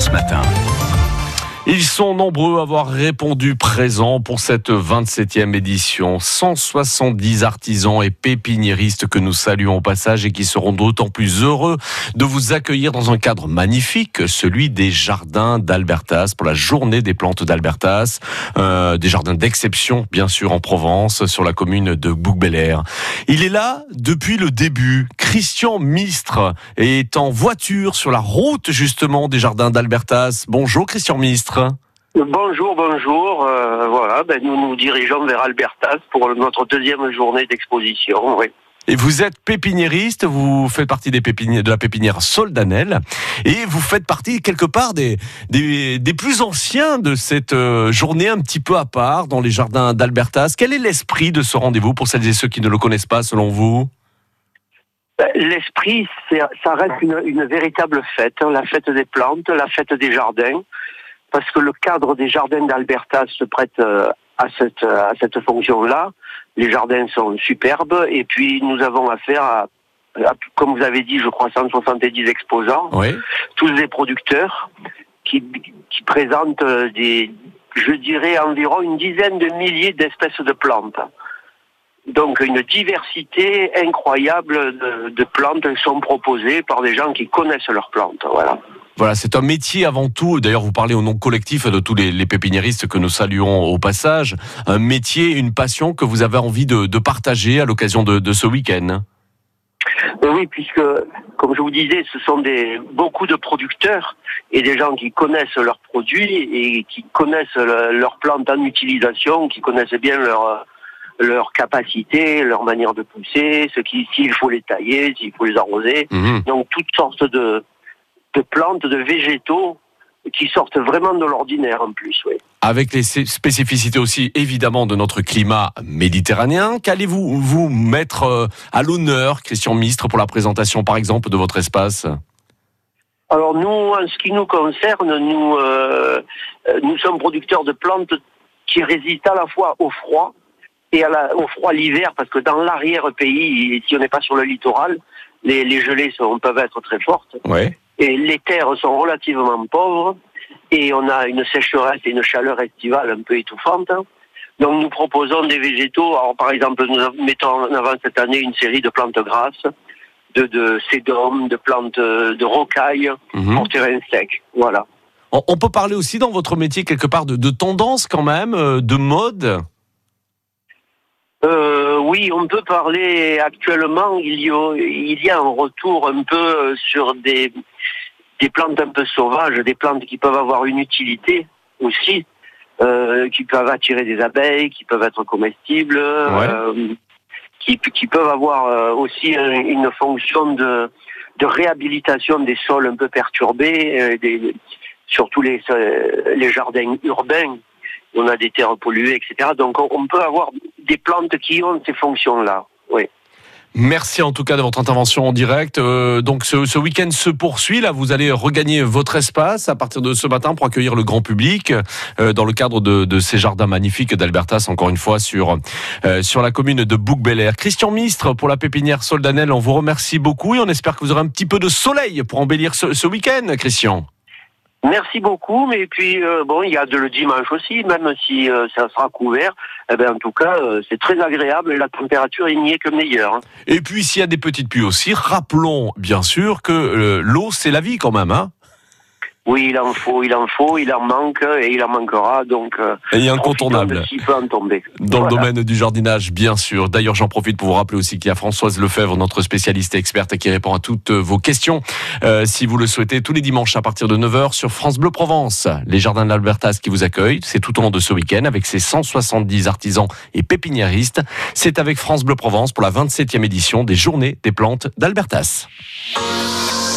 France Matin. Ils sont nombreux à avoir répondu présent pour cette 27e édition. 170 artisans et pépiniéristes que nous saluons au passage et qui seront d'autant plus heureux de vous accueillir dans un cadre magnifique, celui des jardins d'Albertas, pour la journée des plantes d'Albertas. Des jardins d'exception, bien sûr, en Provence, sur la commune de Bouc-Bel-Air. Il est là depuis le début. Christian Mistre est en voiture sur la route, justement, des jardins d'Albertas. Bonjour, Christian Mistre. Bonjour. Nous nous dirigeons vers Albertas pour notre deuxième journée d'exposition. Oui. Et vous êtes pépiniériste, vous faites partie de la pépinière Soldanel, et vous faites partie quelque part des plus anciens de cette journée un petit peu à part dans les jardins d'Albertas. Quel est l'esprit de ce rendez-vous pour celles et ceux qui ne le connaissent pas, selon vous ? L'esprit, ça reste une véritable fête, la fête des plantes, la fête des jardins, parce que le cadre des jardins d'Albertas se prête à cette fonction-là. Les jardins sont superbes, et puis nous avons affaire à, comme vous avez dit, je crois, 170 exposants, oui. Tous des producteurs qui présentent environ une dizaine de milliers d'espèces de plantes. Donc une diversité incroyable de plantes sont proposées par des gens qui connaissent leurs plantes. Voilà, c'est un métier avant tout. D'ailleurs, vous parlez au nom collectif de tous les pépiniéristes que nous saluons au passage. Un métier, une passion que vous avez envie de partager à l'occasion de ce week-end. Oui, puisque, comme je vous disais, ce sont beaucoup de producteurs et des gens qui connaissent leurs produits et qui connaissent leurs plantes en utilisation, qui connaissent bien leur capacité, leur manière de pousser, s'il faut les tailler, s'il faut les arroser. Donc toutes sortes de plantes, de végétaux qui sortent vraiment de l'ordinaire en plus. Oui. Avec les spécificités aussi évidemment de notre climat méditerranéen, qu'allez-vous vous mettre à l'honneur, Christian Mistre, pour la présentation par exemple de votre espace ? Alors nous, en ce qui nous concerne, nous sommes producteurs de plantes qui résistent à la fois au froid et au froid l'hiver, parce que dans l'arrière-pays, si on n'est pas sur le littoral, les gelées peuvent être très fortes. Ouais. Et les terres sont relativement pauvres et on a une sécheresse et une chaleur estivale un peu étouffante. Donc nous proposons des végétaux. Alors par exemple, nous mettons en avant cette année une série de plantes grasses, de sédum, de plantes de rocaille pour terrain sec. Voilà. On peut parler aussi dans votre métier quelque part de tendance quand même, de mode ? Oui, on peut parler actuellement. Il y a un retour un peu sur des plantes un peu sauvages, des plantes qui peuvent avoir une utilité aussi, qui peuvent attirer des abeilles, qui peuvent être comestibles, qui peuvent avoir aussi une fonction de réhabilitation des sols un peu perturbés, surtout les jardins urbains. On a des terres polluées, etc. Donc on peut avoir des plantes qui ont ces fonctions-là. Oui. Merci en tout cas de votre intervention en direct. Donc ce week-end se poursuit. Là, vous allez regagner votre espace à partir de ce matin pour accueillir le grand public dans le cadre de ces jardins magnifiques d'Albertas, encore une fois sur la commune de Bouc-Bel-Air. Christian Mistre pour la pépinière Soldanel, on vous remercie beaucoup et on espère que vous aurez un petit peu de soleil pour embellir ce week-end, Christian. Merci beaucoup, mais puis il y a le dimanche aussi, même si ça sera couvert. En tout cas, c'est très agréable et la température il n'y est que meilleure. Et puis s'il y a des petites pluies aussi, rappelons bien sûr que l'eau c'est la vie quand même, hein. Oui, il en faut, il en manque et il en manquera, donc et incontournable. S'il peut en tomber. Dans le domaine du jardinage, bien sûr. D'ailleurs, j'en profite pour vous rappeler aussi qu'il y a Françoise Lefebvre, notre spécialiste et experte, qui répond à toutes vos questions. Si vous le souhaitez, tous les dimanches à partir de 9h sur France Bleu Provence. Les jardins d'Albertas qui vous accueillent, c'est tout au long de ce week-end avec ses 170 artisans et pépiniéristes. C'est avec France Bleu Provence pour la 27e édition des Journées des plantes d'Albertas.